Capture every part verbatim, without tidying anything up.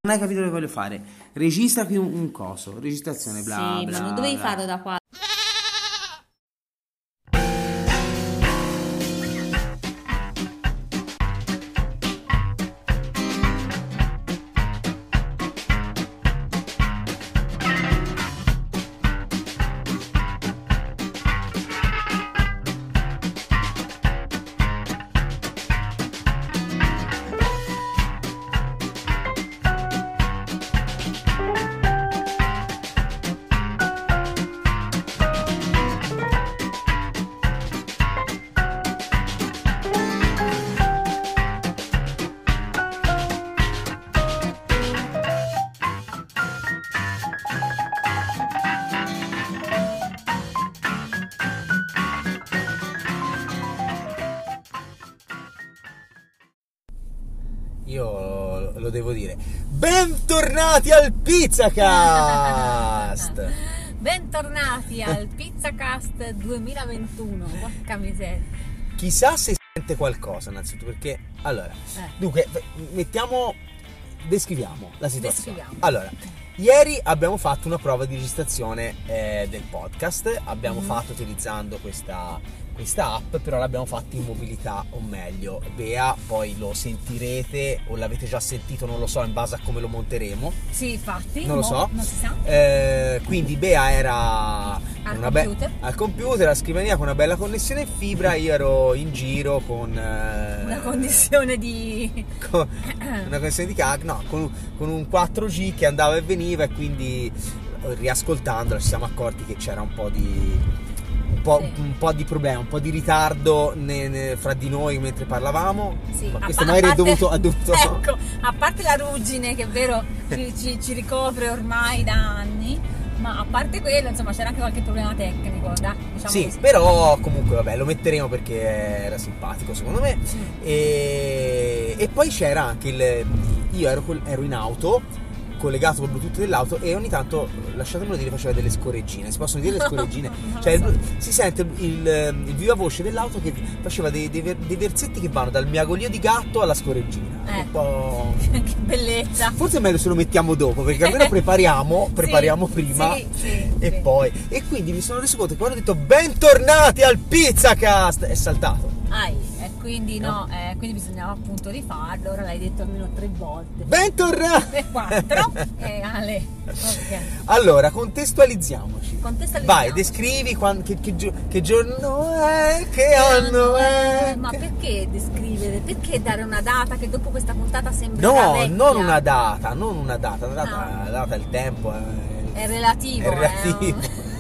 Non hai capito che voglio fare? Registra qui un, un coso, registrazione, bla Sì, bla. ma non dovevi bla. farlo da qua. Io lo devo dire. Bentornati al Pizzacast! Bentornati al Pizzacast duemilaventuno. Porca miseria. Chissà se sente qualcosa, innanzitutto, perché allora, Eh. dunque, mettiamo, descriviamo la situazione. Descriviamo. Allora, ieri abbiamo fatto una prova di registrazione eh, del podcast, abbiamo Mhm. fatto utilizzando questa questa app, però l'abbiamo fatta in mobilità, o meglio, Bea, poi lo sentirete o l'avete già sentito, non lo so, in base a come lo monteremo. Sì, infatti. Non lo mo- so. Non si sa. Eh, quindi Bea era Al una be- computer. al computer, alla scrivania con una bella connessione in fibra, io ero in giro con eh, Una condizione di... con una connessione di cag, no, con, con un quattro G che andava e veniva, e quindi riascoltandola ci siamo accorti che c'era un po' di un po', Sì. un po' di problema, un po' di ritardo ne- ne- fra di noi mentre parlavamo. Sì, ma a questo pa- magari a è parte- dovuto, è dovuto Ecco, a parte la ruggine che è vero ci, ci- ci ricopre ormai da anni, ma a parte quello, insomma, c'era anche qualche problema tecnico, dai, diciamo Sì, così. però comunque vabbè, lo metteremo perché era simpatico secondo me. Mm. E, e poi c'era anche il. Io ero, col- ero in auto, collegato col Bluetooth dell'auto, e ogni tanto, lasciatemelo dire, faceva delle scoreggine. Si possono dire le scoreggine? Non lo Cioè, so. il- si sente il, il viva voce dell'auto che faceva dei, dei ver- dei versetti che vanno dal miagolio di gatto alla scoreggina. Eh. Un po'. Che bellezza. Forse è meglio se lo mettiamo dopo, perché almeno prepariamo, prepariamo Sì, prima sì, sì, e sì. poi. E quindi mi sono reso conto che quando ho detto bentornati al Pizzacast è saltato. Ai, e quindi no, eh, quindi bisognava appunto rifarlo, ora l'hai detto almeno tre volte. Bentornati! E quattro. E Ale. Ok. Allora, contestualizziamoci. Contestualizziamo. Vai, descrivi quan- che, che gio- che giorno è, che anno è. Ma che- perché descrivere? Perché dare una data che dopo questa puntata sembra No, vecchia? non una data, non una data, una data, Ah. la data, il tempo è, È relativo. è relativo.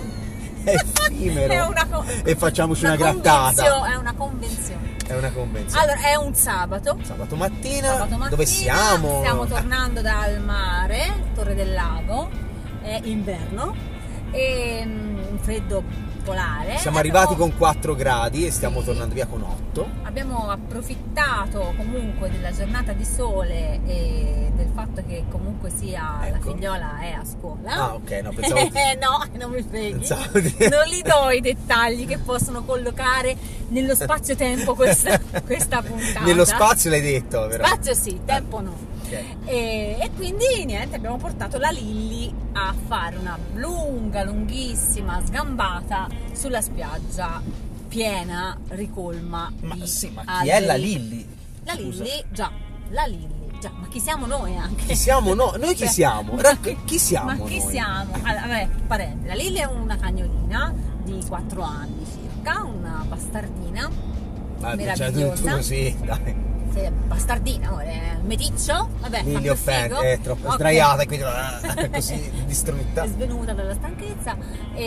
È effimero. È una co- E facciamoci una, convenzio- grattata. È una convenzione. È una convenzione. Allora, è un sabato. Sabato mattina, Sabato mattina, dove siamo? Stiamo tornando dal mare, Torre del Lago, è inverno, e mm, un freddo polare. Siamo arrivati Abbiamo- con quattro gradi e stiamo Sì. tornando via con otto. Abbiamo approfittato comunque della giornata di sole e del fatto che comunque sia la Ecco. figliola è a scuola. Ah, ok, no, pensavo Eh, no, non mi freghi. Pensavo di- Non gli do i dettagli che possono collocare nello spazio-tempo questa, questa puntata. Nello spazio l'hai detto, però. Spazio sì, tempo no. Ok. E, e quindi niente, abbiamo portato la Lilly a fare una lunga, lunghissima sgambata sulla spiaggia piena, ricolma Ma di sì, ma chi alberi. è la Lilly? La Scusa. Lilly, già, la Lilly, già, ma chi siamo noi anche? Chi siamo no? Noi chi Cioè, siamo? Rac- chi siamo Ma chi noi? siamo? Allora, vabbè, parente, la Lilly è una cagnolina di quattro anni circa, una bastardina Ma meravigliosa. cioè, tu, tu così, dai. Sì, bastardina, amore, meticcio, vabbè, Lilly fa più offende, figo. è troppo Ok. sdraiata e quindi ah, così distrutta. È svenuta dalla stanchezza,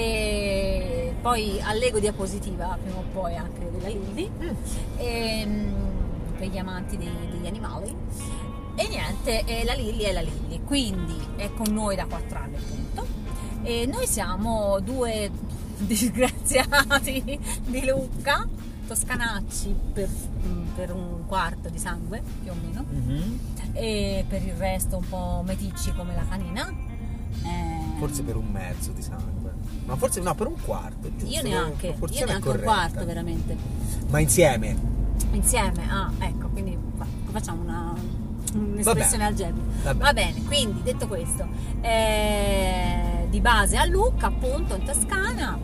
e poi allego diapositiva prima o poi anche della Lilly, ehm, per gli amanti dei- degli animali. E niente, e la Lilly è la Lilly, quindi è con noi da quattro anni appunto, e noi siamo due disgraziati di Lucca, toscanacci per, per un quarto di sangue più o meno, Mhm. e per il resto un po' meticci come la canina. Eh, Forse per un mezzo di sangue. Ma forse no, per un quarto, giusto? io neanche, io Proporzione neanche un corretta. quarto veramente. Ma insieme? Insieme, ah ecco, quindi fa- facciamo una un'espressione algebrica. Va bene, quindi detto questo, eh, di base a Lucca, appunto, in Toscana,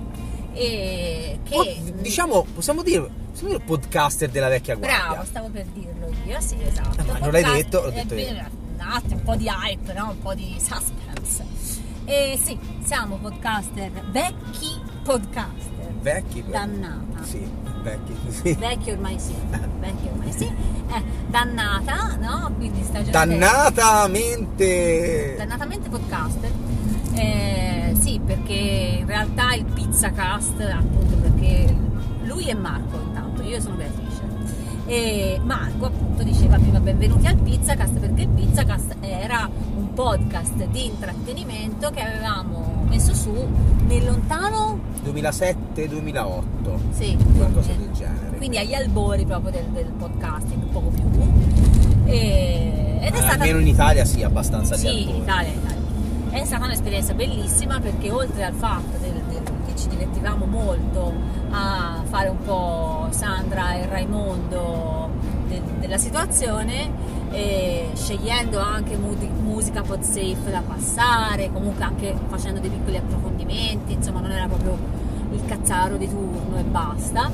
e che oh, diciamo, possiamo dire, possiamo dire podcaster della vecchia guardia. Bravo, stavo per dirlo io, sì, esatto. Ah, ma non l'hai detto, l'ho detto io. Un attimo, un po' di hype, no? Un po' di suspense. E sì, siamo podcaster, vecchi podcaster. Vecchi? Dannata. Sì, vecchi. Sì. Vecchi ormai sì, vecchi ormai sì. Eh, dannata, no? Quindi sta gente... Dannatamente! Dannatamente podcaster. Eh, sì, perché in realtà il Pizzacast, appunto, perché lui è Marco intanto, io sono Beatrice. E Marco appunto diceva prima benvenuti al Pizzacast, perché il Pizzacast era un podcast di intrattenimento che avevamo messo su nel lontano duemilasette duemilaotto, sì, qualcosa del genere, quindi agli albori proprio del, del podcasting, poco più, e, ed è eh, stata almeno in Italia sì, abbastanza sì, agli albori. in Italia, in Italia è stata un'esperienza bellissima, perché oltre al fatto del, del, che ci divertivamo molto a fare un po' Sandra e Raimondo del, della situazione, e scegliendo anche mu- musica pod safe da passare, comunque anche facendo dei piccoli approfondimenti, insomma non era proprio il cazzaro di turno e basta,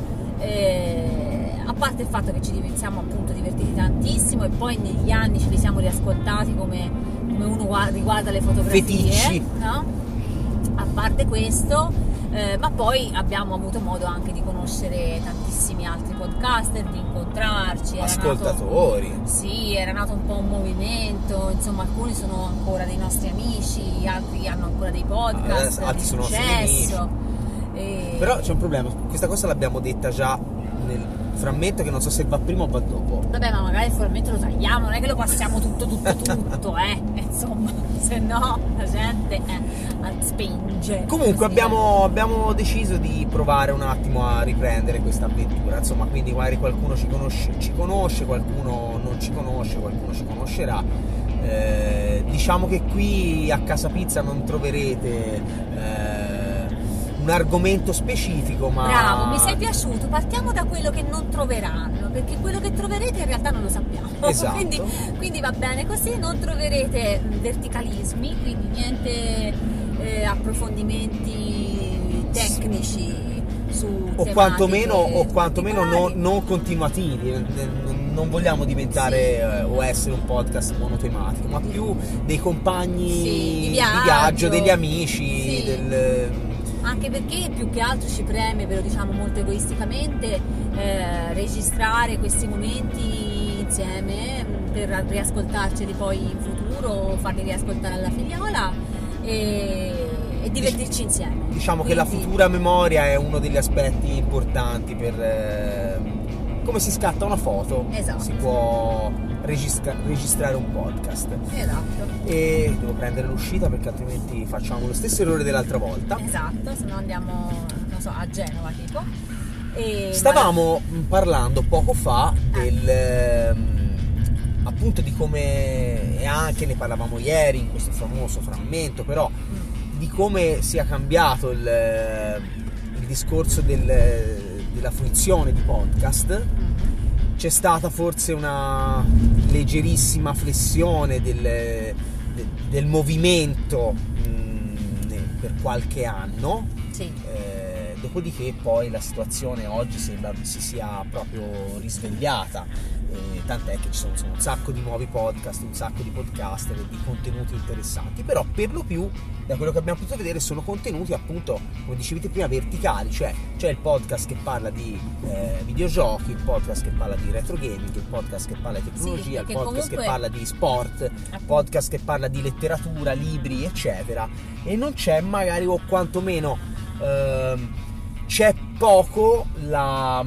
e, a parte il fatto che ci siamo appunto divertiti tantissimo, e poi negli anni ce li siamo riascoltati come, come uno guarda, riguarda le fotografie, feticci, no? A parte questo, eh, ma poi abbiamo avuto modo anche di conoscere tantissimi altri podcaster, di incontrarci, era ascoltatori. Nato, sì, era nato un po' un movimento, insomma alcuni sono ancora dei nostri amici, altri hanno ancora dei podcast, eh, altri di sono successo. E... Però c'è un problema, questa cosa l'abbiamo detta già nel frammento, che non so se va prima o va dopo. Vabbè, ma magari il frammento lo tagliamo, non è che lo passiamo tutto tutto tutto, eh, insomma, se no la gente eh, spinge. Comunque abbiamo, abbiamo deciso di provare un attimo a riprendere questa avventura, insomma, quindi magari qualcuno ci conosce, ci conosce, qualcuno non ci conosce, qualcuno ci conoscerà. Eh, diciamo che qui a Casa Pizza non troverete eh, un argomento specifico, ma... Bravo, mi sei piaciuto. Partiamo da quello che non troveranno, perché quello che troverete in realtà non lo sappiamo. Esatto. quindi, quindi va bene così, non troverete verticalismi, quindi niente eh, approfondimenti tecnici su o quantomeno, o quantomeno non, non continuativi. Non vogliamo diventare sì. o essere un podcast monotematico, ma più dei compagni sì, di, viaggio. di viaggio, degli amici, sì. del... anche perché più che altro ci preme, ve lo diciamo molto egoisticamente, eh, registrare questi momenti insieme per riascoltarceli poi in futuro, farli riascoltare alla figliola e, e divertirci insieme. Diciamo Quindi... che la futura memoria è uno degli aspetti importanti per... Eh, come si scatta una foto, esatto. si può registra- registrare un podcast. Esatto. E devo prendere l'uscita perché altrimenti facciamo lo stesso errore dell'altra volta. Esatto, se no andiamo, non so, a Genova tipo. E Stavamo ma... parlando poco fa del... Eh. appunto di come, e anche ne parlavamo ieri in questo famoso frammento, però mm. di come sia cambiato il, il discorso del... della fruizione di podcast. Mm-hmm. C'è stata forse una leggerissima flessione del, del, del movimento mh, per qualche anno. Sì. Eh, dopodiché poi la situazione oggi sembra si sia proprio risvegliata. Eh, tant'è che ci sono, sono un sacco di nuovi podcast, un sacco di podcaster e di contenuti interessanti, però per lo più da quello che abbiamo potuto vedere sono contenuti appunto, come dicevate prima, verticali, cioè c'è il podcast che parla di eh, videogiochi, il podcast che parla di retro gaming, il podcast che parla di tecnologia, sì, il podcast comunque... che parla di sport, il podcast che parla di letteratura, libri eccetera, e non c'è magari, o quantomeno ehm, c'è poco la...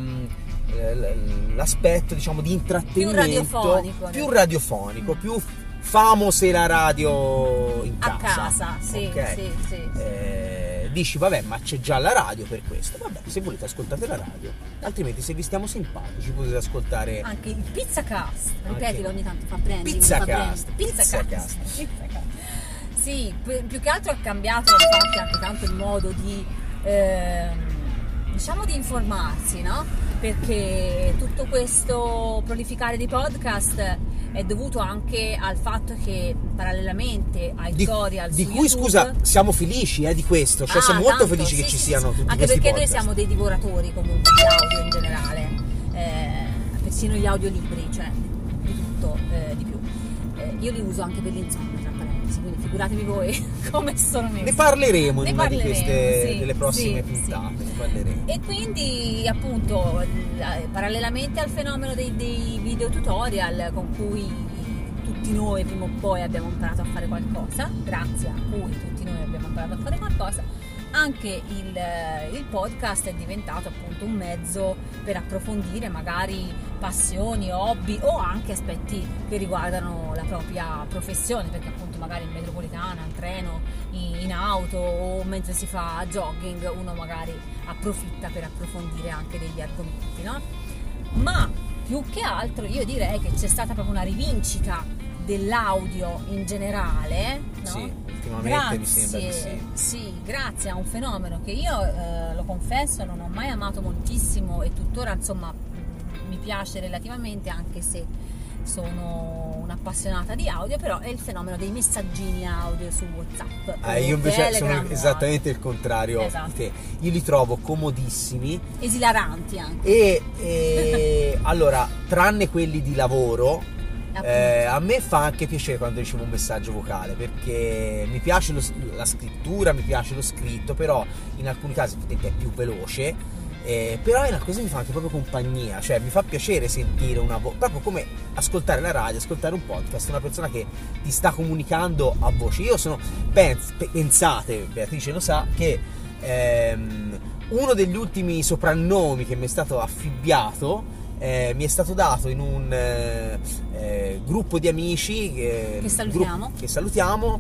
l'aspetto diciamo di intrattenimento più radiofonico, più, radiofonico, mm. più famo se la radio in a casa, casa sì, okay? sì, sì, eh, dici vabbè, ma c'è già la radio per questo, vabbè, se volete ascoltate la radio, altrimenti se vi stiamo simpatici potete ascoltare anche il Pizzacast, ripetilo ogni tanto, fa branding, Pizzacast, Pizzacast. Pizzacast. Sì, più che altro ha cambiato infatti anche tanto il modo di ehm, diciamo di informarsi, no? Perché tutto questo prolificare di podcast è dovuto anche al fatto che parallelamente ai Di, tutorial di su cui YouTube, scusa, siamo felici eh, di questo, cioè Ah, siamo molto tanto, felici sì, che ci sì, siano sì. tutti Anche questi perché podcast. noi siamo dei divoratori comunque di audio in generale, eh, persino gli audiolibri, cioè di tutto, eh, di più. Eh, io li uso anche per l'insonnia, tra parentesi, quindi figuratevi voi come sono messa. Ne parleremo Ne in una di parleremo, queste sì, delle prossime sì, puntate, sì. ne parleremo. E quindi appunto l- parallelamente al fenomeno dei, dei video tutorial con cui tutti noi prima o poi abbiamo imparato a fare qualcosa, grazie a cui tutti noi abbiamo imparato a fare qualcosa, anche il, il podcast è diventato appunto un mezzo per approfondire magari passioni, hobby o anche aspetti che riguardano la propria professione, perché appunto magari in metropolitana, in treno, in, in auto o mentre si fa jogging uno magari approfitta per approfondire anche degli argomenti, no? Ma più che altro io direi che c'è stata proprio una rivincita dell'audio in generale, no? Sì, ultimamente grazie, mi sembra di sì. Sì, grazie a un fenomeno che io, eh, lo confesso, non ho mai amato moltissimo e tuttora insomma mh, mi piace relativamente, anche se sono un'appassionata di audio, però è il fenomeno dei messaggini audio su WhatsApp. Ah, io invece Telegram, sono esattamente il contrario Esatto. di te. Io li trovo comodissimi esilaranti anche. e, e allora, tranne quelli di lavoro, eh, a me fa anche piacere quando ricevo un messaggio vocale, perché mi piace lo, la scrittura, mi piace lo scritto, però in alcuni casi è più veloce. Eh, però è una cosa che mi fa anche proprio compagnia, cioè mi fa piacere sentire una voce, proprio come ascoltare la radio, ascoltare un podcast, una persona che ti sta comunicando a voce. Io sono, pens, pensate, Beatrice lo sa, che ehm, uno degli ultimi soprannomi che mi è stato affibbiato eh, mi è stato dato in un eh, eh, gruppo di amici che, Che salutiamo. Gruppo, che salutiamo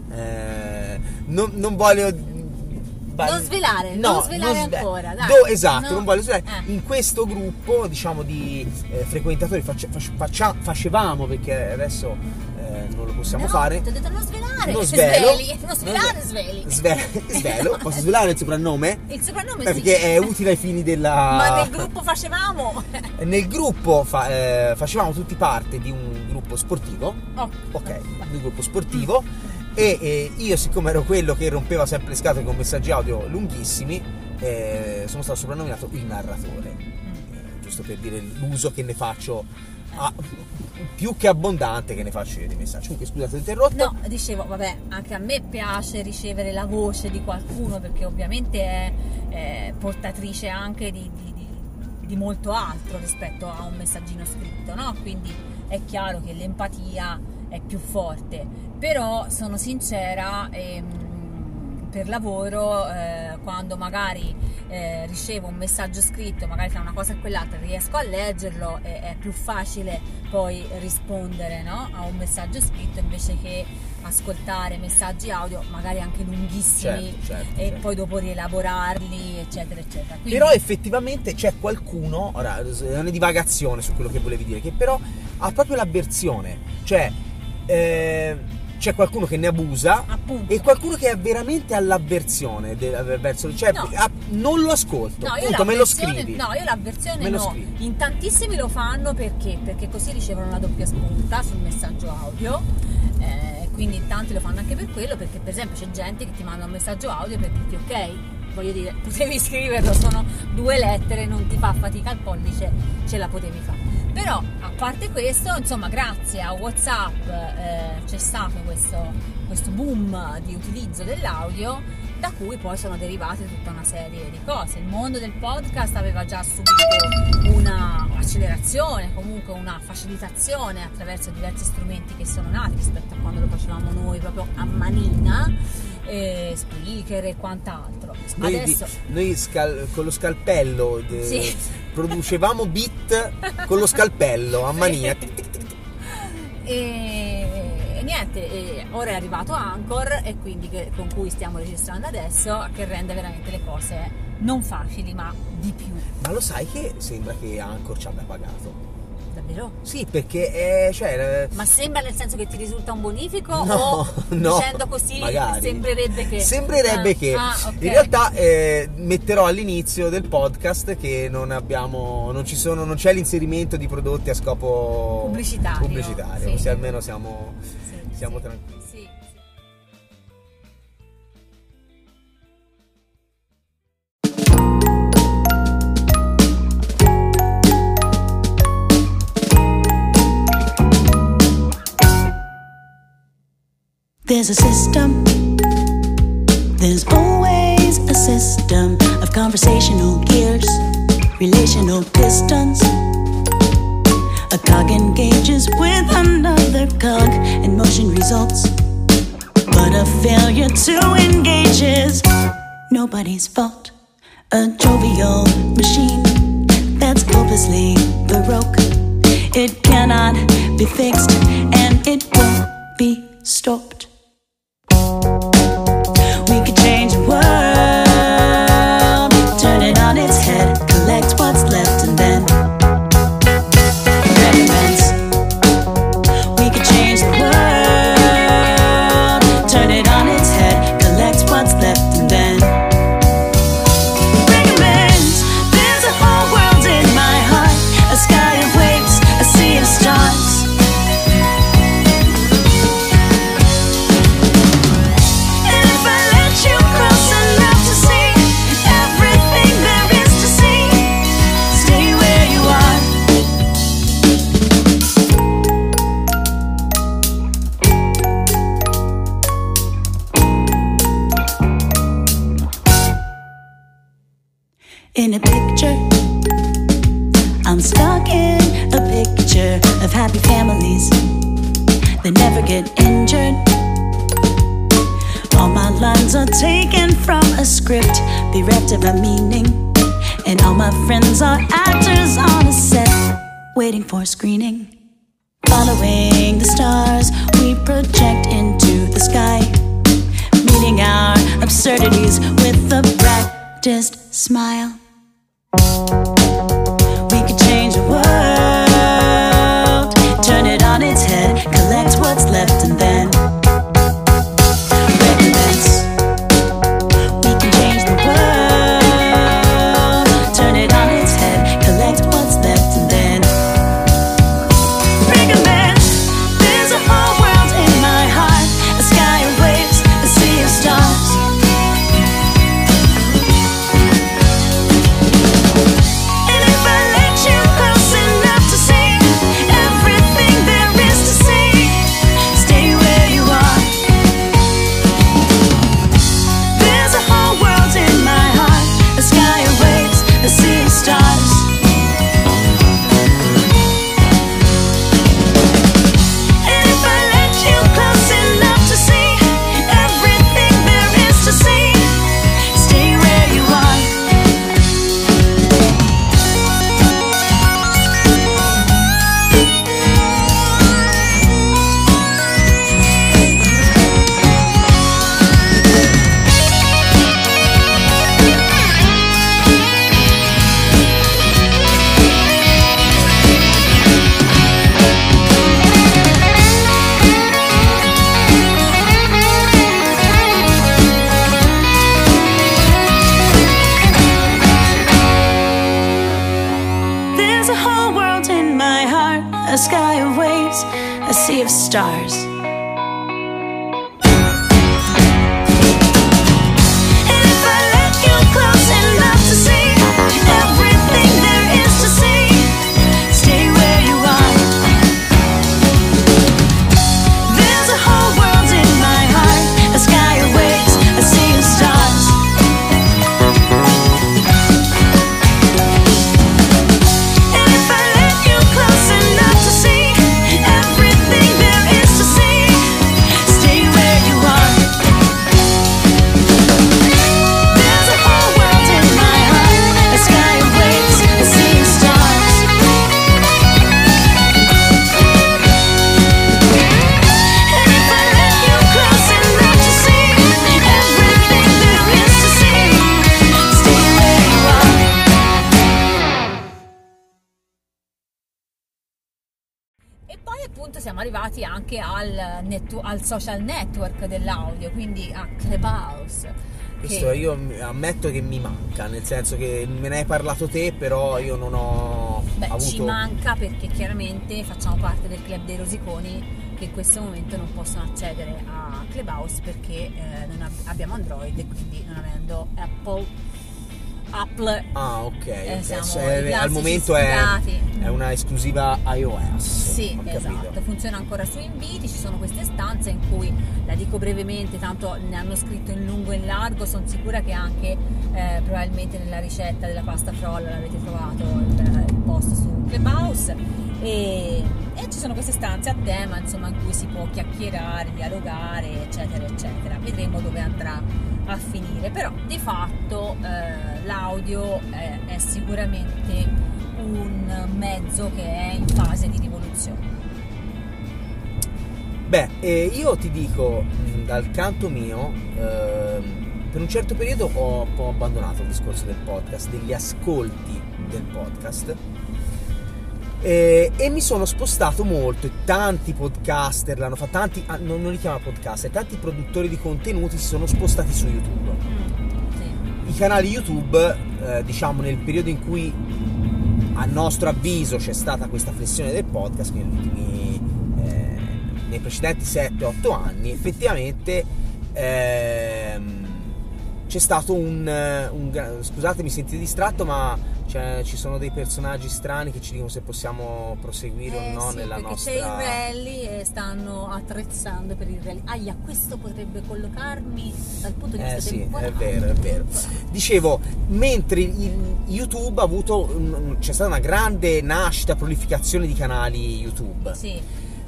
eh, non, non voglio Non svelare, no, non svelare non sve- ancora, dai. Do, esatto, No. non voglio svelare. Eh. In questo gruppo, diciamo, di eh, frequentatori face- face- faccia- facevamo, perché adesso eh, non lo possiamo No, fare. ti ho detto non svelare. Non svelo. Sveli. Non svelare, sveli. Sve- svelo. Posso svelare il soprannome? Il soprannome Eh, sì. Perché è utile ai fini della... Ma nel gruppo facevamo. Nel gruppo fa- eh, facevamo tutti parte di un gruppo sportivo. Oh. Ok, di un gruppo sportivo. E eh, io, siccome ero quello che rompeva sempre le scatole con messaggi audio lunghissimi, eh, sono stato soprannominato il narratore, eh, giusto per dire l'uso che ne faccio, a, più che abbondante che ne faccio io di messaggi. Comunque scusate, ho interrotto. No, dicevo, vabbè, anche a me piace ricevere la voce di qualcuno, perché ovviamente è, è portatrice anche di, di, di, di molto altro rispetto a un messaggino scritto, no? Quindi è chiaro che l'empatia è più forte, però sono sincera, ehm, per lavoro, eh, quando magari eh, ricevo un messaggio scritto, magari tra una cosa e quell'altra riesco a leggerlo, e è più facile poi rispondere, no? A un messaggio scritto, invece che ascoltare messaggi audio magari anche lunghissimi, Certo, certo, e certo. poi dopo rielaborarli, eccetera eccetera. Quindi, Però effettivamente c'è qualcuno, ora è una divagazione su quello che volevi dire, che però ha proprio l'avversione, cioè eh, c'è qualcuno che ne abusa, appunto, e qualcuno che è veramente all'avversione del, verso, cioè No. ah, non lo ascolto, No, io punto, me lo l'avversione- scrivi. No, io l'avversione Me lo no. scrivi. In tantissimi lo fanno perché? Perché così ricevono una doppia spunta sul messaggio audio. Eh, quindi in tanti lo fanno anche per quello, perché per esempio c'è gente che ti manda un messaggio audio per dirti ok, voglio dire, potevi scriverlo, sono due lettere, non ti fa fatica al pollice, ce la potevi fare. Però a parte questo, insomma, grazie a WhatsApp eh, c'è stato questo, questo boom di utilizzo dell'audio, da cui poi sono derivate tutta una serie di cose. Il mondo del podcast aveva già subito una accelerazione, comunque una facilitazione attraverso diversi strumenti che sono nati rispetto a quando lo facevamo noi proprio a manina, eh, speaker e quant'altro. Noi, Adesso di- noi scal- con lo scalpello de- Sì. producevamo beat con lo scalpello a mania. e, e niente, e ora è arrivato Anchor, e quindi che, con cui stiamo registrando adesso, che rende veramente le cose non facili ma di più. Ma lo sai che sembra che Anchor ci abbia pagato? Davvero? Sì, perché è, cioè, Ma sembra nel senso che ti risulta un bonifico no, o no, dicendo così magari. sembrerebbe che... Sembrerebbe ah, che ah, okay. In realtà eh, metterò all'inizio del podcast che non abbiamo, non ci sono, non c'è l'inserimento di prodotti a scopo pubblicitario, pubblicitario, sì. così almeno siamo, sì, siamo sì, tranquilli. sì, sì. There's a system, there's always a system of conversational gears, relational pistons. A cog engages with another cog and motion results. But a failure to engage is nobody's fault. A jovial machine that's hopelessly baroque. It cannot be fixed and it won't be stopped. We could change the world, turn it on its head, collect what's left and then recommence. We could change the world, turn it on its head, collect what's left and then recommence. There's a whole world in my heart, a sky of waves, a sea of stars. In a picture, I'm stuck in a picture of happy families that never get injured. All my lines are taken from a script, bereft of a meaning. And all my friends are actors on a set, waiting for screening. Following the stars, we project into the sky, meeting our absurdities with a practiced smile. We could change the world, turn it on its head, collect what's left and then recommence. We can change the world, turn it on its head, collect what's left and then recommence. There's a whole world in my heart, a sky of waves, a sea of stars. A sky of waves, a sea of stars. Everything there is to see. E poi appunto siamo arrivati anche al, netto, al social network dell'audio, quindi a Clubhouse. Questo che... io ammetto che mi manca, nel senso che me ne hai parlato te, però io non ho Beh, avuto... ci manca perché chiaramente facciamo parte del club dei rosiconi che in questo momento non possono accedere a Clubhouse perché eh, non ab- abbiamo Android e quindi non avendo Apple Apple Ah, ok, eh, okay. siamo Eh, i al momento è, sfigati. è una esclusiva iOS. Sì, ho esatto, capito. funziona ancora su inviti, ci sono queste stanze in cui, la dico brevemente, tanto ne hanno scritto in lungo e in largo, sono sicura che anche eh, probabilmente nella ricetta della pasta frolla l'avete trovato il, il post su Clubhouse e, e ci sono queste stanze a tema, insomma, in cui si può chiacchierare, dialogare, eccetera, eccetera. Vedremo dove andrà a finire, però di fatto eh, l'audio è, è sicuramente un mezzo che è in fase di rivoluzione. Beh, eh, io ti dico, mh, dal canto mio, ehm, per un certo periodo ho un po' abbandonato il discorso del podcast, degli ascolti del podcast, eh, e mi sono spostato molto, e tanti podcaster l'hanno fatto, tanti, ah, non, non li chiama podcaster, tanti produttori di contenuti si sono spostati su YouTube. Mm, sì. I canali YouTube, eh, diciamo nel periodo in cui a nostro avviso c'è stata questa flessione del podcast, quindi negli ultimi, eh, nei precedenti sette otto anni, effettivamente ehm, c'è stato un, un scusatemi, sentite distratto, ma cioè, ci sono dei personaggi strani che ci dicono se possiamo proseguire Eh, o no sì, nella perché nostra... c'è il rally e stanno attrezzando per il rally. Aia, questo potrebbe collocarmi dal punto di vista Eh sì, temporale. è vero, è vero. Dicevo, mentre il YouTube ha avuto un- c'è stata una grande nascita, prolificazione di canali YouTube. Sì.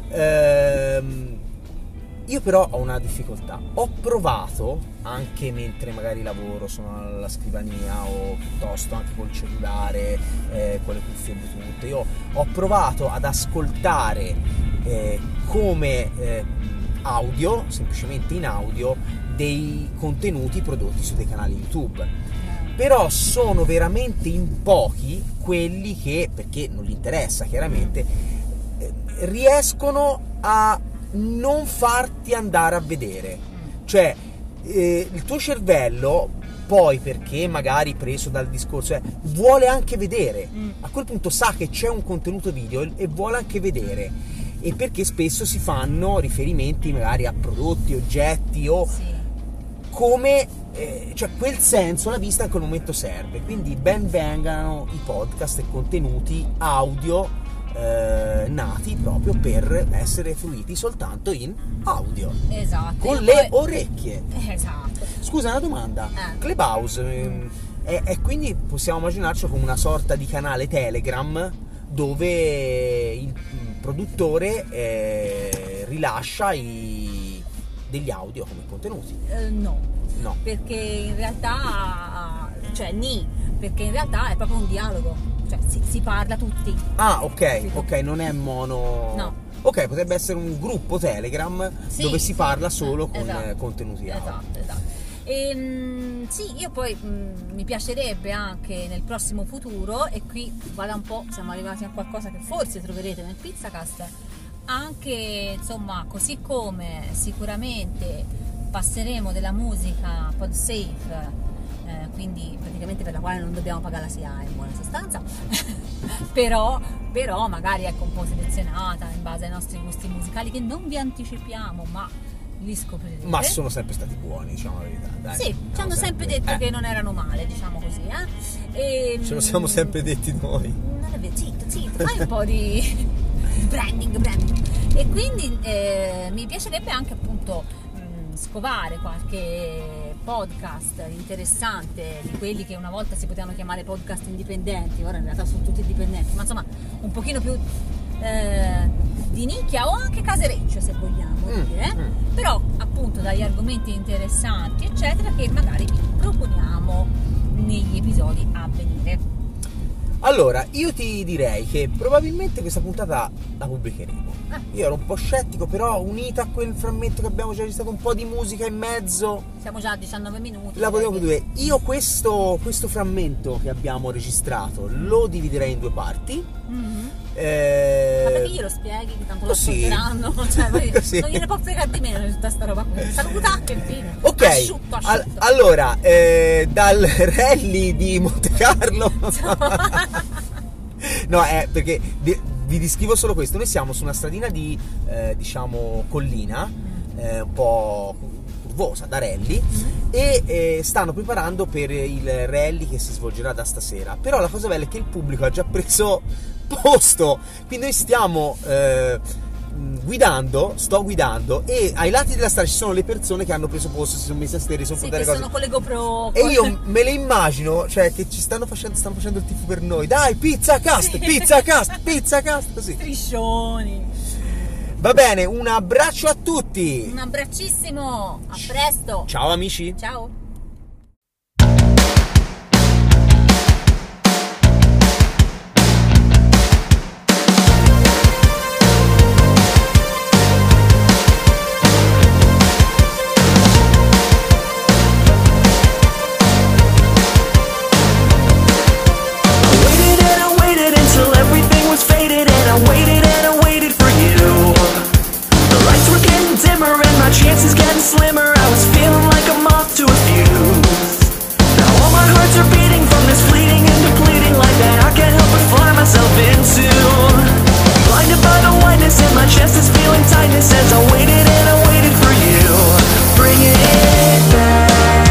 Ehm, io però ho una difficoltà. Ho provato, anche mentre magari lavoro, sono alla scrivania o piuttosto anche col cellulare, eh, con le cuffie Bluetooth, io ho provato ad ascoltare eh, come eh, audio, semplicemente in audio, dei contenuti prodotti su dei canali YouTube. Però sono veramente in pochi quelli che, perché non gli interessa chiaramente, eh, riescono a non farti andare a vedere. Cioè eh, il tuo cervello poi, perché magari preso dal discorso, eh, vuole anche vedere, a quel punto sa che c'è un contenuto video e, e vuole anche vedere, e perché spesso si fanno riferimenti magari a prodotti, oggetti o Sì. come eh, cioè quel senso la vista in quel momento serve, quindi ben vengano i podcast e contenuti audio eh, nati proprio per essere fruiti soltanto in audio, Esatto. con Io le poi- orecchie. Esatto. Scusa, una domanda. Eh. Clubhouse ehm, è, è quindi possiamo immaginarci come una sorta di canale Telegram dove il mm, produttore eh, rilascia i, degli audio come contenuti. Eh, no, No. perché in realtà, cioè ni, perché in realtà è proprio un dialogo, cioè si, si parla tutti. Ah, ok, ok, non è mono. No. Ok, potrebbe essere un gruppo Telegram Sì, dove si sì, parla eh, solo con esatto. eh, contenuti audio. Esatto, esatto. E, sì, io poi mh, mi piacerebbe anche nel prossimo futuro, e qui vada un po', siamo arrivati a qualcosa che forse troverete nel Pizzacast, anche insomma, così come sicuramente passeremo della musica pod safe, eh, quindi praticamente per la quale non dobbiamo pagare la S I A in buona sostanza, però, però magari ecco un po' selezionata in base ai nostri gusti musicali, che non vi anticipiamo ma li scoprirete. Ma sono sempre stati buoni, diciamo la verità. Dai, Sì, ci siamo hanno sempre detto eh, che non erano male, diciamo così, eh? E, ce lo siamo sempre detti noi. non è vero, zitto, zitto, fai un po' di branding, branding. E quindi eh, mi piacerebbe anche appunto mh, scovare qualche podcast interessante di quelli che una volta si potevano chiamare podcast indipendenti, ora in realtà sono tutti indipendenti, ma insomma un pochino più eh, di nicchia o anche casereccio se vogliamo Mm, dire, mm. però appunto dagli argomenti interessanti eccetera che magari vi proponiamo negli episodi a venire. Allora, io ti direi che probabilmente questa puntata la pubblicheremo. Ah. Io ero un po' scettico, però unita a quel frammento che abbiamo già registrato, un po' di musica in mezzo, Siamo già a diciannove minuti. la potevo direi due. Io questo, questo frammento che abbiamo registrato lo dividerei in due parti. che- Mhm. Eh, Ma perché io lo glielo spieghi che tanto lo Così. ascolteranno, cioè, poi Così. non gliene può fregare di meno di tutta sta roba qui. Saluta che fine. Ok, Asciutto, asciutto. al- allora, eh, dal rally di Monte Carlo... No, è perché vi, vi descrivo solo questo. Noi siamo su una stradina di, eh, diciamo, collina, eh, un po' curvosa, da rally, e eh, stanno preparando per il rally che si svolgerà da stasera. Però la cosa bella è che il pubblico ha già preso posto, quindi noi stiamo... eh, guidando, sto guidando, e ai lati della strada ci sono le persone che hanno preso posto, si sono messe a stare, sono Sì, puntate che cose. sono con le GoPro. E io me le immagino, cioè, che ci stanno facendo, stanno facendo il tifo per noi. Dai, pizza cast, Sì. pizza cast, pizza cast, così. Striscioni. Va bene, un abbraccio a tutti. Un abbraccissimo. A presto. Ciao amici. Ciao. Waited and I waited until everything was faded, and I waited and I waited for you. The lights were getting dimmer and my chances getting slimmer. I was feeling like a moth to a fuse. Now all my hearts are beating from this fleeting and depleting life that I can't help but fly myself into. Blinded by the whiteness in my chest is feeling tightness as I waited and I waited for you. Bring it back.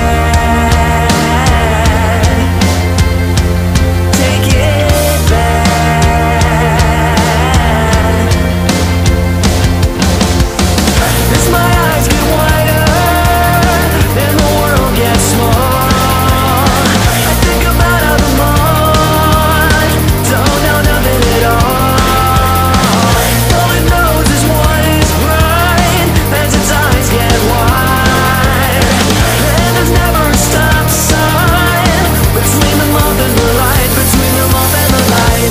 Take it back. As my eyes get wider and the world gets small, I think about how the moon don't know nothing at all. All it knows is what is bright as its eyes get wide. And there's never a stop sign between the moth and the light, between the moth and the light.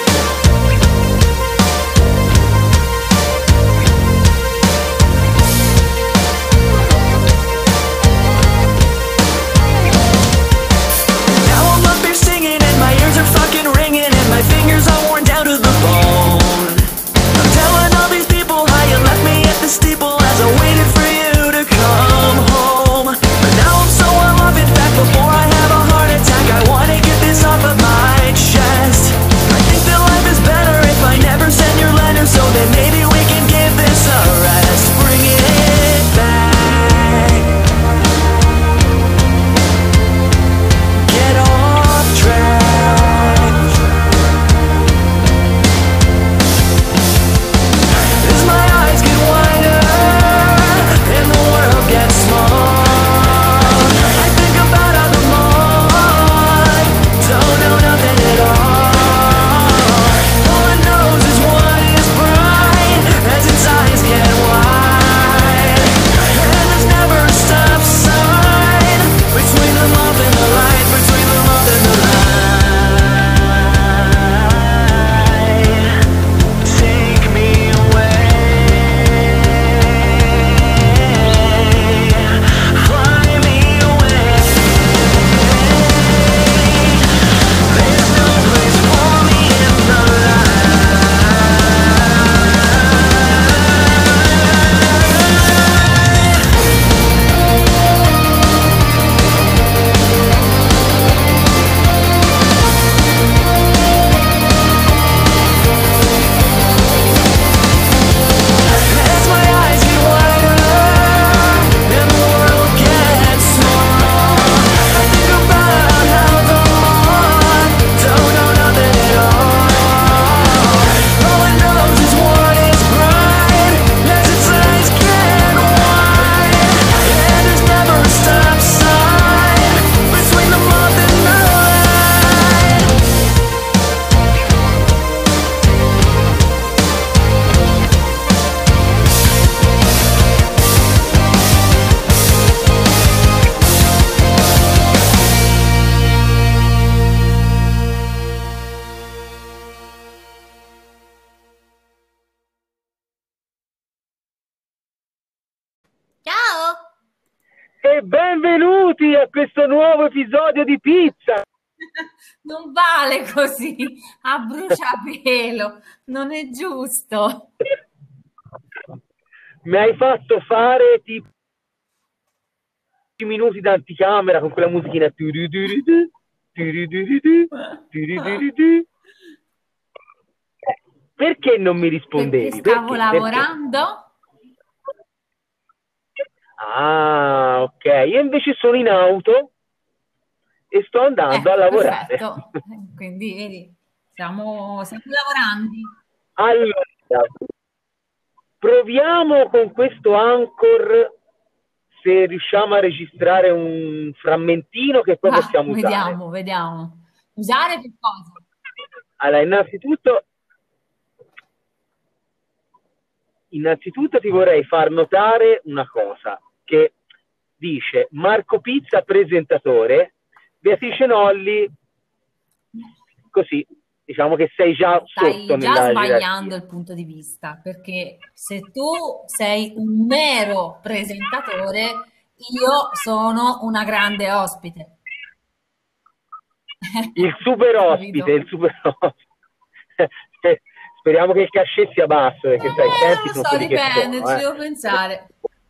Now I'm up here singing and my ears are fucking ringing and my fingers are worn down to the bone. I'm telling all these people how you left me at the steeple as I waited for you to come home. But now I'm so unloved. In fact, before I have a heart attack, I wanna get this off of my chest. I think that life is better if I never send your letter, so then maybe we can give this a rest. Bring it back. Get off track. As my eyes get wider and the world gets small, I think about how the moon don't know nothing at all. All it knows is what is bright as its eyes get wide. And there's never a stop sign between the moth and the light, between the moth and the light. Take me away, fly me away. There's no place for me in the As my eyes get wider and the world gets small, I think about how the moth don't know nothing at all. All it knows is what is bright as its eyes get wide. And there's never a stop sign between the moth and the light. Ciao. E benvenuti a questo nuovo episodio di Pizza. Non vale così, a bruciapelo, non è giusto. Mi hai fatto fare tipo minuti d'anticamera con quella musichina. Turuduridu, turuduridu, turuduridu. Perché non mi rispondevi? Perché stavo Perché? lavorando. Ah, ok. Io invece sono in auto e sto andando Eh, a lavorare. perfetto. Quindi, vedi, stiamo, stiamo lavorando. Allora, proviamo con questo Anchor se riusciamo a registrare un frammentino che poi Ah, possiamo usare. vediamo, vediamo. Usare per cosa? Allora, innanzitutto, innanzitutto ti vorrei far notare una cosa, che dice Marco Pizza presentatore, Beatrice Nolli, così, diciamo che sei già Stai sotto già nella sbagliando gerarchia. il punto di vista, perché se tu sei un mero presentatore, io sono una grande ospite. Il super ospite, Capito? il super ospite. Speriamo che il cachet sia basso, perché sai, i Eh, non tempi lo sono so, quelli che dipende, sono. ci Eh. devo pensare.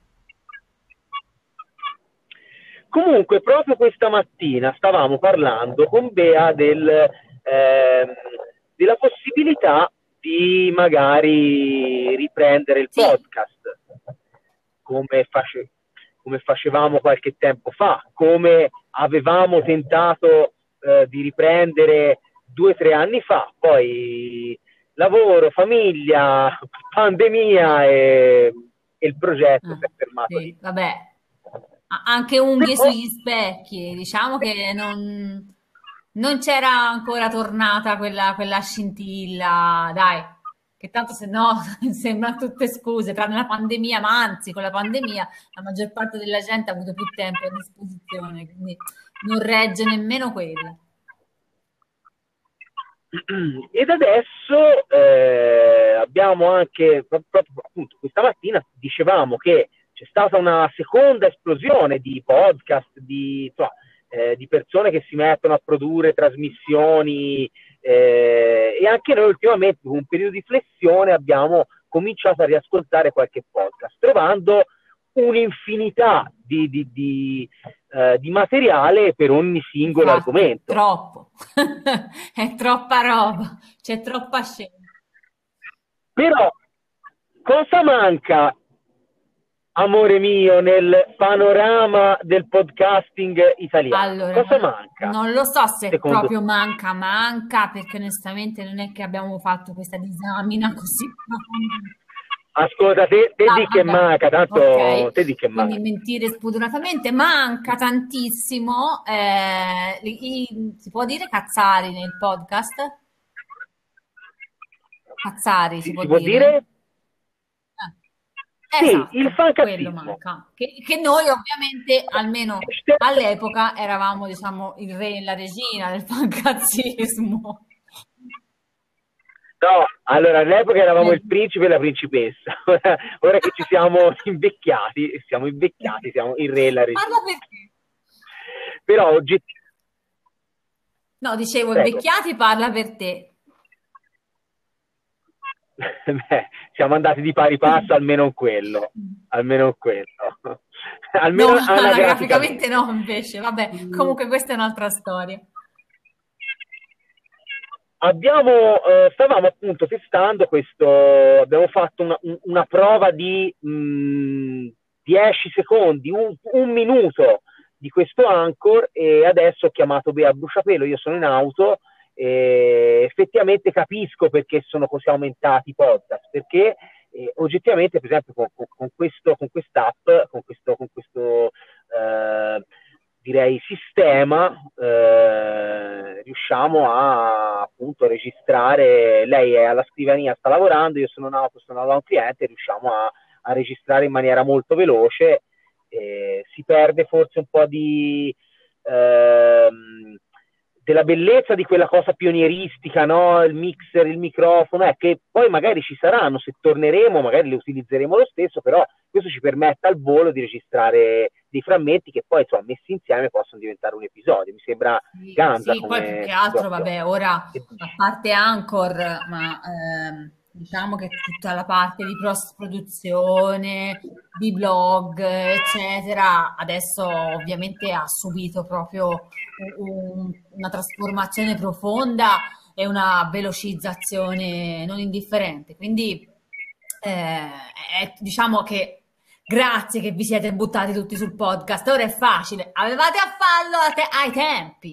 Comunque, proprio questa mattina stavamo parlando con Bea del, ehm, della possibilità di magari riprendere il Sì, podcast, come, face- come facevamo qualche tempo fa, come avevamo tentato eh, di riprendere due o tre anni fa, poi lavoro, famiglia, pandemia e, e il progetto si è ah, fermato lì. sì, vabbè, A- anche unghie sugli specchi, diciamo che non, non c'era ancora tornata quella, quella scintilla, dai, che tanto se no sembrano tutte scuse, tranne la pandemia, ma anzi con la pandemia la maggior parte della gente ha avuto più tempo a disposizione, quindi non regge nemmeno quella. Ed adesso eh, abbiamo anche, proprio appunto, questa mattina dicevamo che c'è stata una seconda esplosione di podcast, di, insomma, eh, di persone che si mettono a produrre trasmissioni eh, e anche noi ultimamente, con un periodo di flessione, abbiamo cominciato a riascoltare qualche podcast, trovando un'infinità di, di, di, eh, di materiale per ogni singolo Infatti, argomento. troppo, è troppa roba, c'è troppa scelta. Però cosa manca, amore mio, nel panorama del podcasting italiano? Allora, Cosa non, manca, non lo so se secondo proprio te? manca, manca, perché onestamente non è che abbiamo fatto questa disamina così profonda. Ascolta, te, te Ah, di che vabbè, manca, tanto te di ok, che quindi manca. mentire spudoratamente, manca tantissimo. Eh, i- i- si può dire cazzari nel podcast? Cazzari si Si, può si può dire? dire? Eh, Sì, il esatto, quello fancazzismo. manca. Che, che noi ovviamente, almeno all'epoca, eravamo, diciamo, il re e la regina del fancazzismo. No, allora all'epoca eravamo Eh, il principe e la principessa, ora, ora che ci siamo invecchiati, siamo invecchiati, siamo il re e la regina. Parla per te. Però oggettivamente, No, dicevo, prego. invecchiati parla per te. Beh, siamo andati di pari passo, almeno in quello, almeno in quello, No, almeno anagraficamente anagraficamente. no, invece. Vabbè, comunque questa è un'altra storia. Abbiamo, eh, stavamo appunto testando questo, abbiamo fatto una, una prova di mh, dieci secondi, un, un minuto di questo Anchor e adesso ho chiamato Bea a bruciapelo, io sono in auto e effettivamente capisco perché sono così aumentati i podcast, perché eh, oggettivamente per esempio con, con, con, questo, con quest'app, con questo, con questo eh, direi sistema, eh, riusciamo a appunto registrare, lei è alla scrivania, sta lavorando, io sono in auto, sono da un cliente, riusciamo a, a registrare in maniera molto veloce, eh, si perde forse un po' di ehm, della bellezza di quella cosa pionieristica, no? Il mixer, il microfono, è che poi magari ci saranno, se torneremo magari le utilizzeremo lo stesso, però questo ci permette al volo di registrare dei frammenti che poi, insomma, messi insieme possono diventare un episodio. Mi sembra Sì, ganza sì, poi come più che altro, situazione. vabbè, ora Che dici? a parte Anchor, ma ehm, diciamo che tutta la parte di post-produzione, di blog, eccetera, adesso ovviamente ha subito proprio un- una trasformazione profonda e una velocizzazione non indifferente. Quindi eh, è- diciamo che grazie che vi siete buttati tutti sul podcast. Ora è facile. Avevate a farlo a te- ai tempi.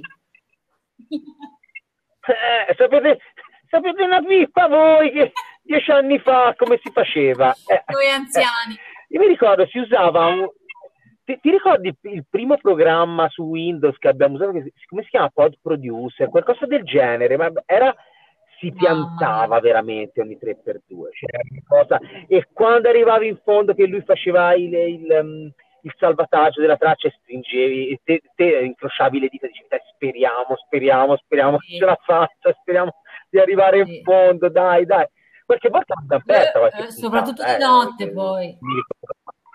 Eh, sapete, sapete una pippa voi che dieci anni fa come si faceva? Eh, Noi eh, anziani. io mi ricordo si usava un... Ti, ti ricordi il, il primo programma su Windows che abbiamo usato? Che, come si chiama? Pod Producer, qualcosa del genere, ma era... si Mamma mia. piantava veramente ogni tre per due. C'era una cosa... E quando arrivavi in fondo che lui faceva il... il um, il salvataggio della traccia e stringevi, te, te incrociavi le dita e dicevi dai, speriamo, speriamo, speriamo Sì. che ce la faccia, speriamo di arrivare in Sì. fondo, dai, dai. Qualche volta l'abbiamo persa qualche Eh, eh, soprattutto puntata, di eh, notte, eh, poi. mi ricordo.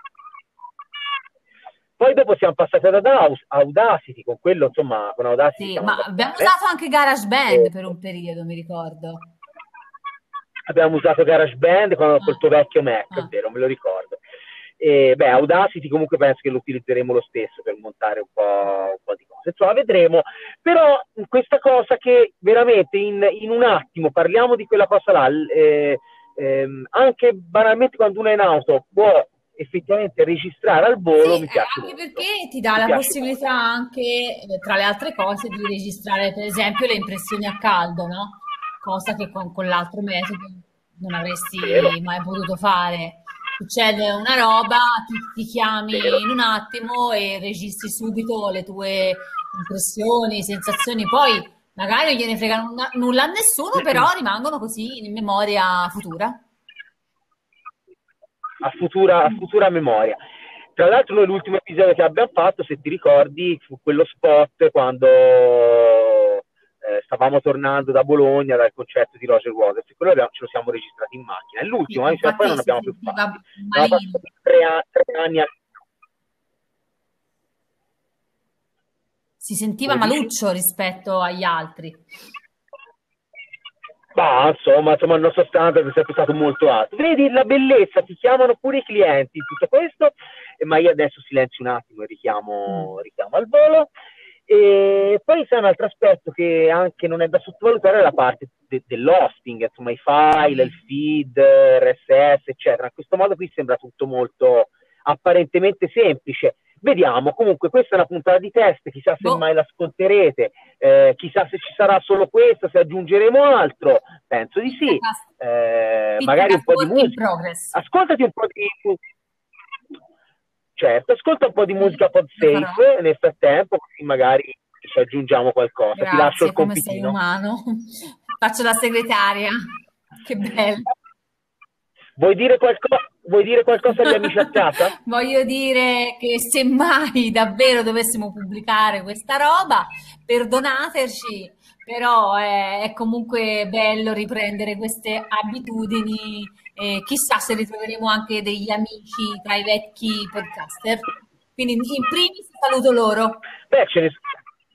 Poi dopo siamo passati ad Audacity, Audacity, con quello, insomma, con Audacity Sì, siamo ma andati abbiamo bene. usato anche GarageBand Eh, per un periodo, mi ricordo. abbiamo usato GarageBand con, col Ah, tuo vecchio Mac, è ah. vero, me lo ricordo. E, beh, Audacity comunque penso che lo utilizzeremo lo stesso per montare un po', un po' di cose, insomma vedremo, però questa cosa che veramente in, in un attimo parliamo di quella cosa là, eh, ehm, anche banalmente quando uno è in auto può effettivamente registrare al volo, Sì, mi eh, piace anche molto, perché ti dà mi la piace possibilità molto. anche, eh, tra le altre cose, di registrare per esempio le impressioni a caldo, no? Cosa che con, con l'altro metodo non Vero, avresti mai potuto fare. Succede una roba, ti, ti vero. chiami in un attimo e registri subito le tue impressioni, sensazioni, poi magari non gliene frega nulla nulla a nessuno, però rimangono così in memoria futura. a futura, a futura memoria. Tra l'altro noi l'ultimo episodio che abbiamo fatto, se ti ricordi, fu quello spot quando eh, stavamo tornando da Bologna dal concerto di Roger Waters, e quello abbiamo, ce lo siamo registrati in macchina. È Sì, l'ultimo, eh, poi infatti non si abbiamo più sentiva fatti. Siamo malino. passati tre, a- tre anni a... Si sentiva Come dici? maluccio rispetto agli altri. Ma insomma, insomma, il nostro standard è sempre stato molto alto. Vedi la bellezza, ti chiamano pure i clienti in tutto questo, eh, ma io adesso silenzio un attimo e richiamo, Mm. richiamo al volo. E poi c'è un altro aspetto che anche non è da sottovalutare, è la parte de- dell'hosting, insomma i file, il feed, R S S, eccetera. In questo modo qui sembra tutto molto apparentemente semplice. Vediamo, comunque questa è una puntata di test, chissà se Boh, mai l'ascolterete, eh, chissà se ci sarà solo questo, se aggiungeremo altro, penso di sì, Pitcast, eh, magari un Pitcast po' di work in musica, progress. ascoltati un po' di... Certo, ascolta un po' di Sì, musica pod lo farò. safe nel frattempo, così magari ci aggiungiamo qualcosa, ti lascio Grazie, il come sei compitino. umano. Faccio la segretaria. Che bello. Vuoi dire, qualco- vuoi dire qualcosa agli amici a casa? Voglio dire che se mai davvero dovessimo pubblicare questa roba, perdonateci, però è, è comunque bello riprendere queste abitudini e chissà se ritroveremo anche degli amici tra i vecchi podcaster. Quindi in primis saluto loro. Beh, ce ne sono.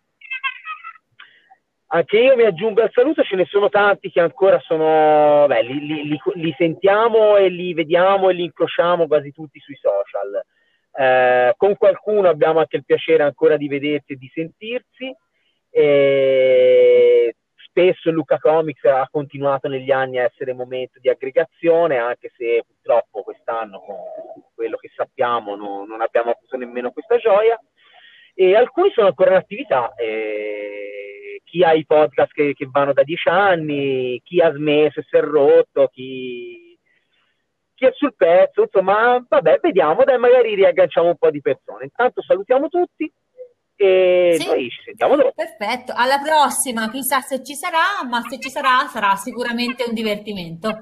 Anche io mi aggiungo al saluto, ce ne sono tanti che ancora sono, beh, li, li, li, li sentiamo e li vediamo e li incrociamo quasi tutti sui social. Eh, con qualcuno abbiamo anche il piacere ancora di vedersi e di sentirsi. E spesso Luca Comics ha continuato negli anni a essere momento di aggregazione, anche se purtroppo quest'anno, con quello che sappiamo, no, non abbiamo avuto nemmeno questa gioia. E alcuni sono ancora in attività, eh, chi ha i podcast che, che vanno da dieci anni, chi ha smesso e si è rotto, chi, chi è sul pezzo, insomma, vabbè, vediamo, dai, magari riagganciamo un po' di persone. Intanto salutiamo tutti e Sì, noi ci sentiamo dopo. perfetto. Alla prossima, chissà se ci sarà, ma se ci sarà, sarà sicuramente un divertimento.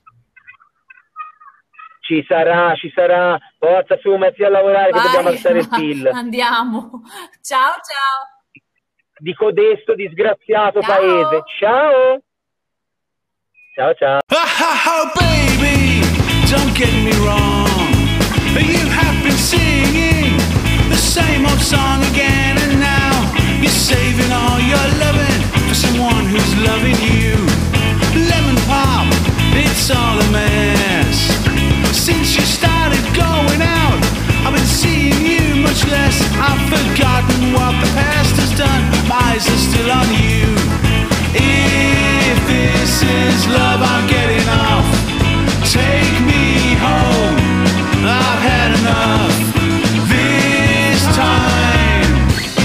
Ci sarà, ci sarà, forza su, metti a lavorare che dobbiamo Vai, alzare il P va, I L. andiamo. Ciao, ciao. di codesto disgraziato Ciao. paese. Ciao! Ciao ciao! Oh, baby, don't get me wrong. You have been singing the same old song again, and now you're saving all your loving for someone who's loving you. Lemon pop, it's all a mess. Since you started going out, I've been seeing you much less. I've forgotten what the past has done. My eyes are still on you. If this is love, I'm getting off. Take me home, I've had enough this time.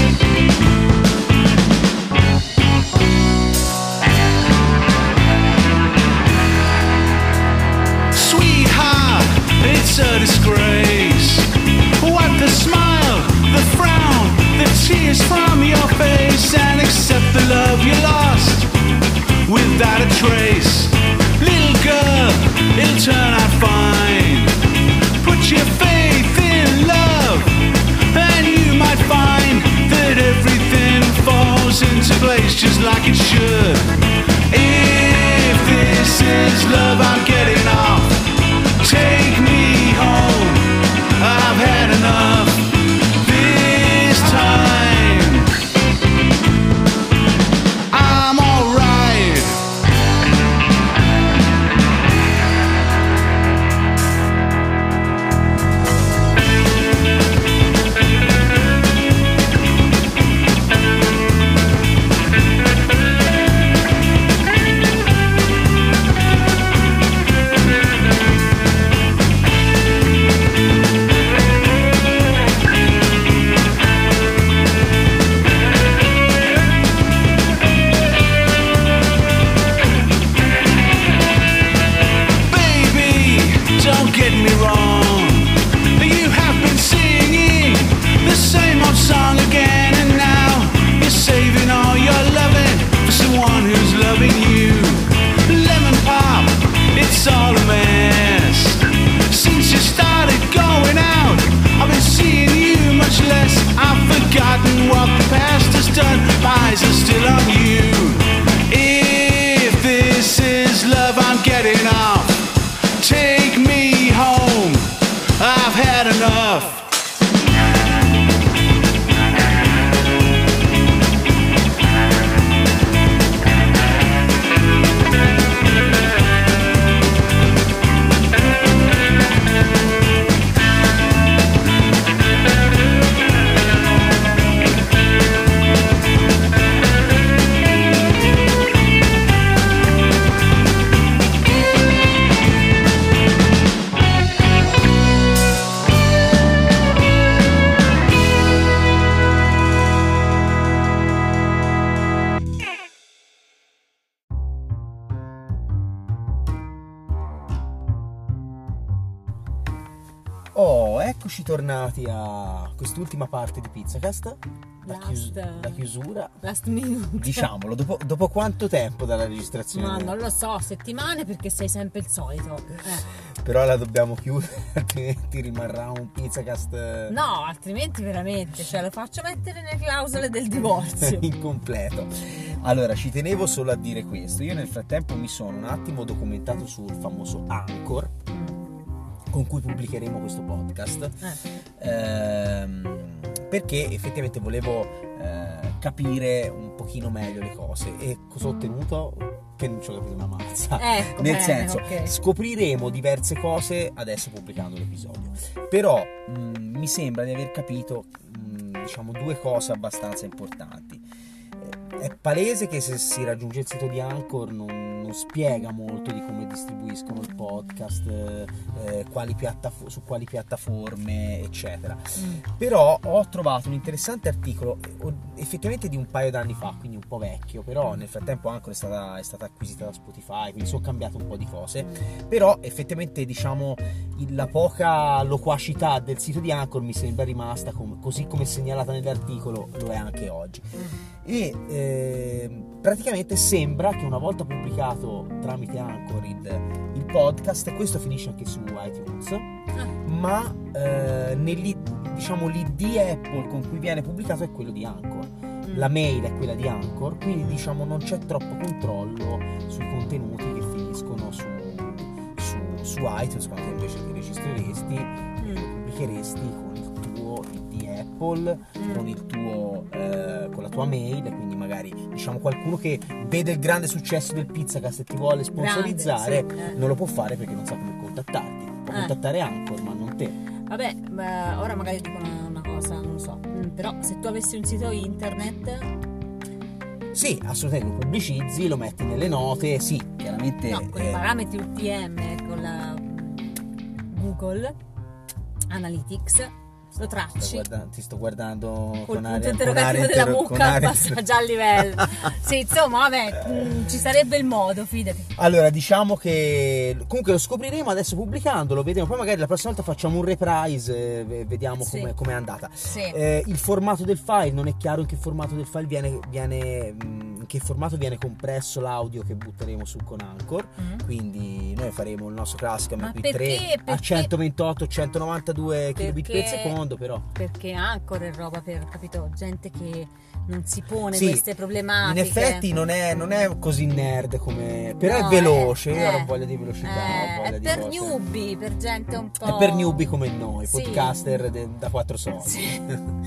Sweetheart, it's a disgrace. Wipe the smile, the frown, the tears from your face, and accept the love you lost without a trace. Little girl, it'll turn out fine. Put your faith in love, and you might find that everything falls into place just like it should. If this is love, I'm getting off. Take me home, I've had enough this time. I'm alright. Oh, eccoci tornati a quest'ultima parte di Pizzacast, la, Last, chius- la chiusura, last minute. diciamolo, dopo, dopo quanto tempo dalla registrazione? Ma non lo so, settimane, perché sei sempre il solito. Eh. Però la dobbiamo chiudere, altrimenti rimarrà un Pizzacast No, altrimenti veramente, cioè lo faccio mettere nelle clausole del divorzio. incompleto. Allora, ci tenevo solo a dire questo. Io nel frattempo mi sono un attimo documentato sul famoso Anchor, con cui pubblicheremo questo podcast, Eh. ehm, perché effettivamente volevo eh, capire un pochino meglio le cose. E cosa ho ottenuto? Che non ci ho capito una mazza. Ecco, Nel bene, senso, ok. scopriremo diverse cose adesso pubblicando l'episodio, però mh, mi sembra di aver capito mh, diciamo due cose abbastanza importanti. È palese che se si raggiunge il sito di Anchor non, non spiega molto di come distribuiscono il podcast, eh, quali piattafo- su quali piattaforme, eccetera. Mm. Però ho trovato un interessante articolo, eh, effettivamente di un paio d'anni fa, quindi un po' vecchio, però nel frattempo Anchor è stata, è stata acquisita da Spotify, quindi sono cambiate un po' di cose. Però effettivamente, diciamo, il- la poca loquacità del sito di Anchor mi sembra rimasta com- così come segnalata nell'articolo, lo è anche oggi. E eh, praticamente sembra che una volta pubblicato tramite Anchor il, il podcast, questo finisce anche su iTunes, ma eh, nell'i- diciamo l'I D Apple con cui viene pubblicato è quello di Anchor. la mail è quella di Anchor, quindi diciamo non c'è troppo controllo sui contenuti che finiscono su, su, su iTunes, quando invece ti registreresti Mm. li pubblicheresti con il tuo I D Apple, Mm. con il tuo eh, con la tua mail, quindi magari diciamo qualcuno che vede il grande successo del Pizzacast e ti vuole sponsorizzare Grande, sì, eh. non lo può fare perché non sa come contattarti, può Eh. contattare Anchor ma non te. Vabbè, beh, ora magari dico una, una cosa, non lo so. Mm, però se tu avessi un sito internet, Sì, assolutamente, lo pubblicizzi, lo metti nelle note, sì, chiaramente. no, con i eh, parametri U T M, con la mm, Google Analytics, lo sto tracci. guarda- ti sto guardando Col con punto aria, con interrogativo aria della inter- con mucca aria passa già a livello. Sì, insomma, vabbè, mm, ci sarebbe il modo, fidati. Allora, diciamo che comunque lo scopriremo adesso pubblicandolo, vediamo, poi magari la prossima volta facciamo un reprise, eh, vediamo Sì. come com'è andata. Sì. Eh, il formato del file, non è chiaro in che formato del file viene, viene mh, in che formato viene compresso l'audio che butteremo su con Anchor, Mm. quindi noi faremo il nostro classico Ma M P tre perché? a Perché- centoventotto centonovantadue kilobit per Perché- secondo, però Perché Anchor è roba per, capito, gente che non si pone sì, queste problematiche. in effetti non è, non è così nerd come, però No, è veloce, eh, io ho eh, voglia di velocità, eh, ho voglia è di per cose. newbie, per gente un po'. È per newbie come noi, Sì. podcaster de- da quattro soldi. Sì.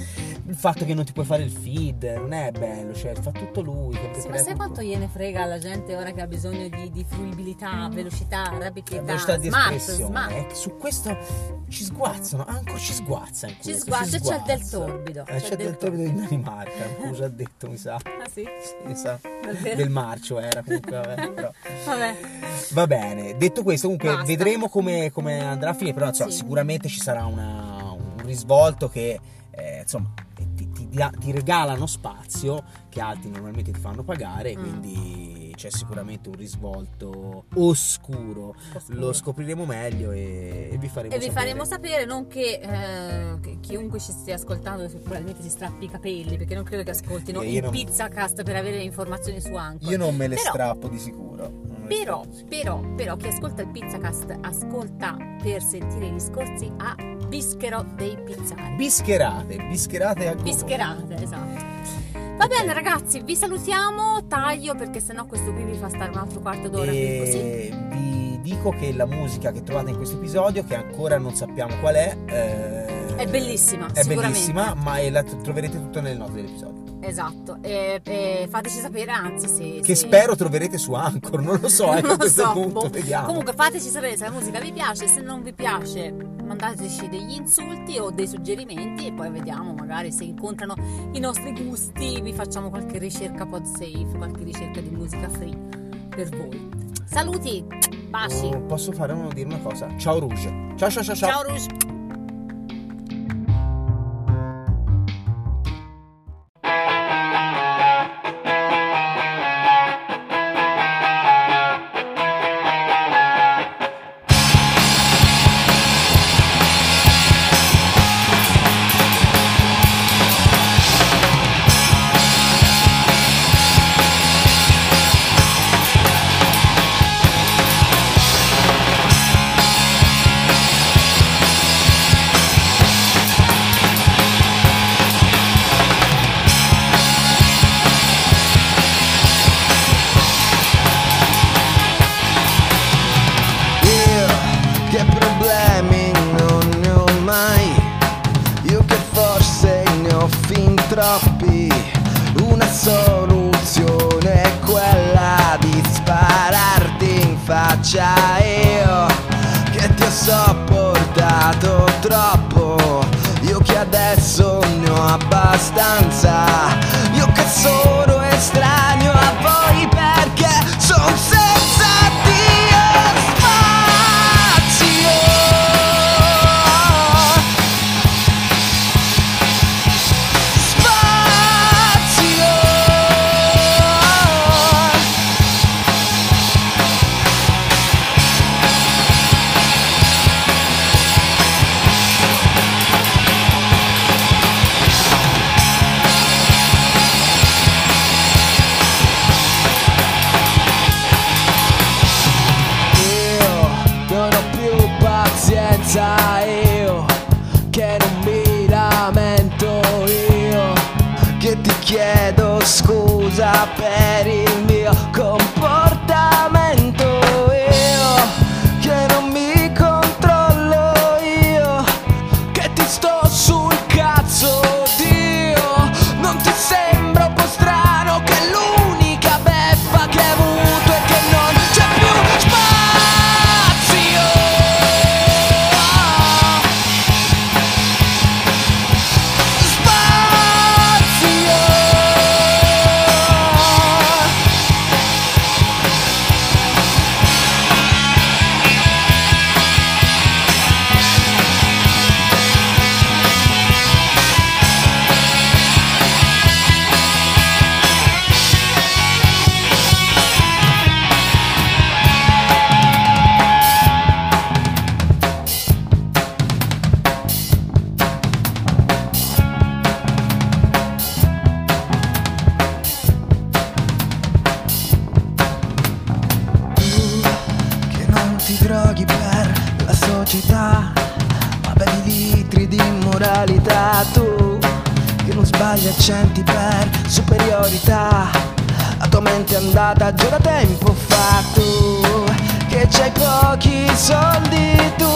Il fatto che non ti puoi fare il feed non è bello, cioè fa tutto lui. che Sì, ma crea sai tutto. quanto gliene frega alla gente ora che ha bisogno di, di fruibilità, velocità, rapidità, velocità di smart, espressione, smart. eh, su questo ci sguazzano, ancora ci sguazza in Ci questo, sguazza, ci c'è del sguazza. torbido, Eh, c'è, del torbido in Danimarca, come già detto mi sa. Ah sì? Sì, mi sa. Davvero? Del marcio era comunque, vabbè, però. Vabbè. Va bene, detto questo comunque Basta. vedremo come, come andrà a finire, però insomma, Sì. sicuramente ci sarà una- un risvolto che eh, insomma ti, ti dia- ti regalano spazio che altri normalmente ti fanno pagare, Mm. quindi c'è sicuramente un risvolto oscuro, Oscuro. lo scopriremo meglio e, e vi faremo E vi sapere. faremo sapere, non che, eh, che chiunque ci stia ascoltando probabilmente si strappi i capelli, perché non credo che ascoltino Eh, io il non- Pizzacast per avere informazioni su Anchor. Io non me le Però- strappo di sicuro. non me le Però, strappo di sicuro. però, però chi ascolta il Pizzacast ascolta per sentire i discorsi a bischero dei pizzari. Bischerate, bischerate a gogo. Bischerate, esatto. Va bene ragazzi, vi salutiamo, taglio perché sennò questo qui vi fa stare un altro quarto d'ora qui così. E vi dico che la musica che trovate in questo episodio, che ancora non sappiamo qual è, eh, È bellissima, è sicuramente. bellissima, ma è- la troverete tutto nelle note dell'episodio. Esatto, e, e fateci sapere, anzi se... Che se- spero troverete su Anchor, non lo so, eh, Non a lo questo so, punto boh. vediamo. Comunque fateci sapere se la musica vi piace, se non vi piace mandateci degli insulti o dei suggerimenti e poi vediamo magari se incontrano i nostri gusti, vi facciamo qualche ricerca podsafe, qualche ricerca di musica free per voi. Saluti, baci. Oh, posso fare uno, dire una cosa? Ciao Rouge. Ciao ciao ciao ciao. Ciao Rouge. Io che problemi non ne ho mai, io che forse ne ho fin troppi. Una soluzione è quella di spararti in faccia. Io che ti ho sopportato troppo, io che adesso ne ho abbastanza. Io che sono estraneo a voi perché sono senza Dio spazio. Spazio. Io non ho più pazienza, io che non mi lamento, io che ti chiedo scusa per il mio comportamento. Io che non mi controllo, io che ti sto sul cazzo. Dio, non ti sembra un po' strano che l'unica beffa che hai avuto è che non c'è più spazio? Spazio. Che non ti droghi per la società, ma bevi litri di immoralità. Tu che non sbagli accenti per superiorità, la tua mente è andata già da tempo fa. Tu che c'hai pochi soldi, tu